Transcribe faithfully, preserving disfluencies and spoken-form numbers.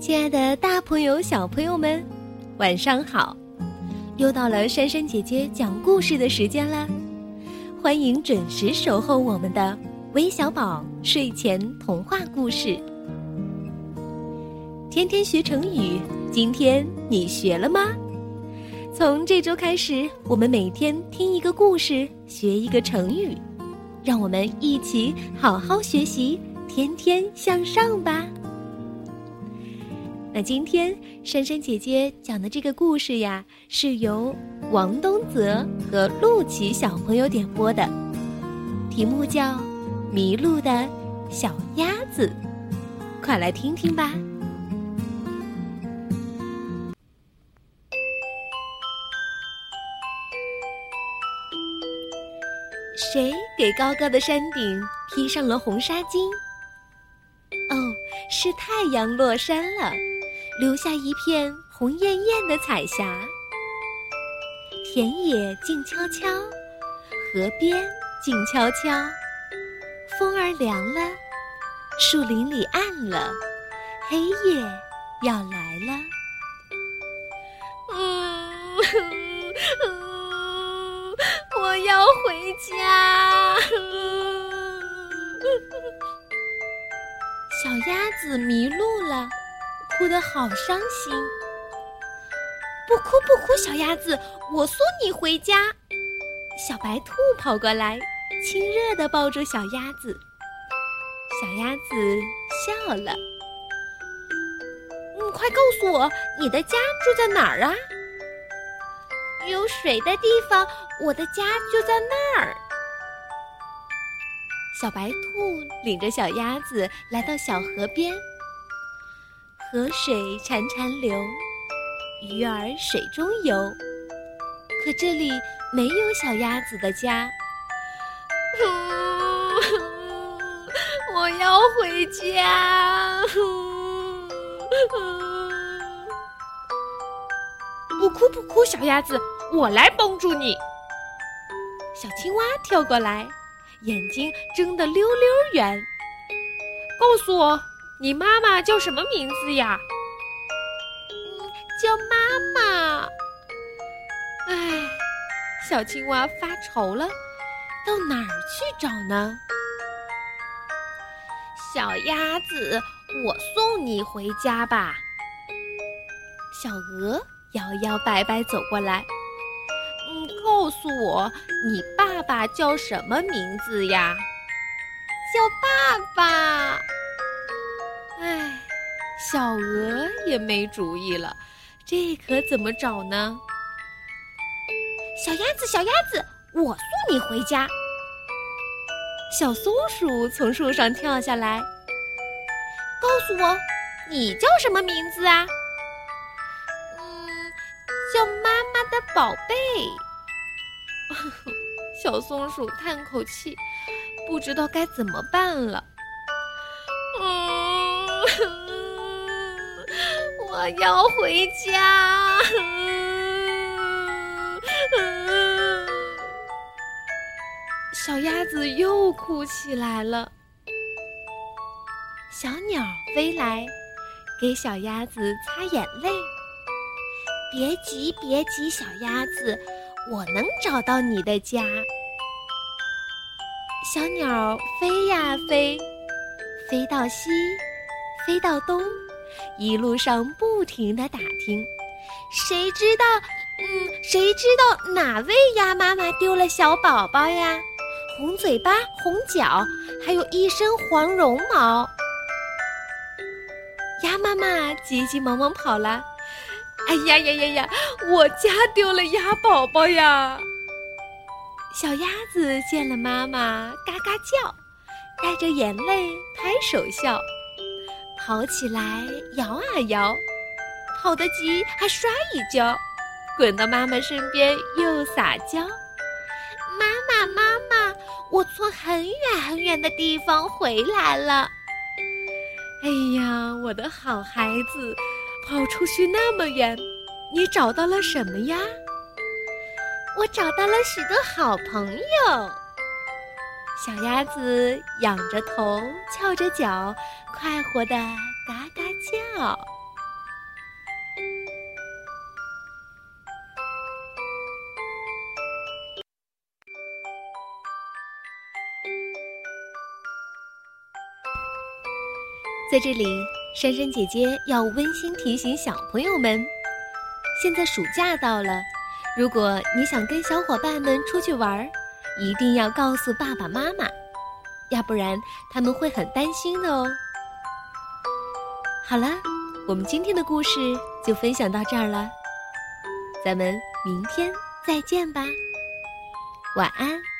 亲爱的大朋友小朋友们，晚上好！又到了珊珊姐姐讲故事的时间啦，欢迎准时守候我们的微小宝睡前童话故事。天天学成语，今天你学了吗？从这周开始，我们每天听一个故事，学一个成语，让我们一起好好学习，天天向上吧。那今天珊珊姐姐讲的这个故事呀，是由王东泽和陆琪小朋友点播的，题目叫《迷路的小鸭子》，快来听听吧。谁给高高的山顶披上了红纱巾？哦，是太阳落山了，留下一片红艳艳的彩霞。田野静悄悄，河边静悄悄，风儿凉了，树林里暗了，黑夜要来了。嗯，我要回家。小鸭子迷路了，哭得好伤心。不哭不哭，小鸭子，我送你回家。小白兔跑过来，亲热地抱住小鸭子。小鸭子笑了。嗯，快告诉我，你的家住在哪儿啊？有水的地方，我的家就在那儿。小白兔领着小鸭子来到小河边，河水潺潺流，鱼儿水中游，可这里没有小鸭子的家。我要回家。 不哭不哭，小鸭子，我来帮助你。 小青蛙跳过来，眼睛睁得溜溜圆。 告诉我，你妈妈叫什么名字呀？ 嗯，叫妈妈。 唉，小青蛙发愁了， 到哪儿去找呢？ 小鸭子，我送你回家吧。 小鹅摇摇摆摆走过来。 嗯，告诉我，你爸爸叫什么名字呀？ 叫爸爸。 唉，小鹅也没主意了，这可怎么找呢？ 小鸭子，小鸭子，我送你回家。小松鼠从树上跳下来，告诉我，你叫什么名字啊？嗯，叫妈妈的宝贝。 小松鼠叹口气，不知道该怎么办了。 嗯，我要回家。 小鸭子又哭起来了。 小鸟飞来，给小鸭子擦眼泪。别急别急，小鸭子，我能找到你的家。小鸟飞呀飞，飞到西，飞到东，一路上不停地打听，谁知道，嗯，谁知道哪位鸭妈妈丢了小宝宝呀？红嘴巴，红脚，还有一身黄绒毛。鸭妈妈急急忙忙跑了。 哎呀呀呀呀！我家丢了鸭宝宝呀！ 小鸭子见了妈妈，嘎嘎叫，带着眼泪拍手笑，跑起来摇啊摇，跑得急还摔一跤，滚到妈妈身边又撒娇。妈妈妈妈，我从很远很远的地方回来了。 哎呀，我的好孩子，跑出去那么远，你找到了什么呀？ 我找到了许多好朋友。小鸭子仰着头，翘着脚，快活地嘎嘎叫。 在这里，珊珊姐姐要温馨提醒小朋友们，现在暑假到了，如果你想跟小伙伴们出去玩，一定要告诉爸爸妈妈，要不然他们会很担心的哦。好了，我们今天的故事就分享到这儿了，咱们明天再见吧，晚安。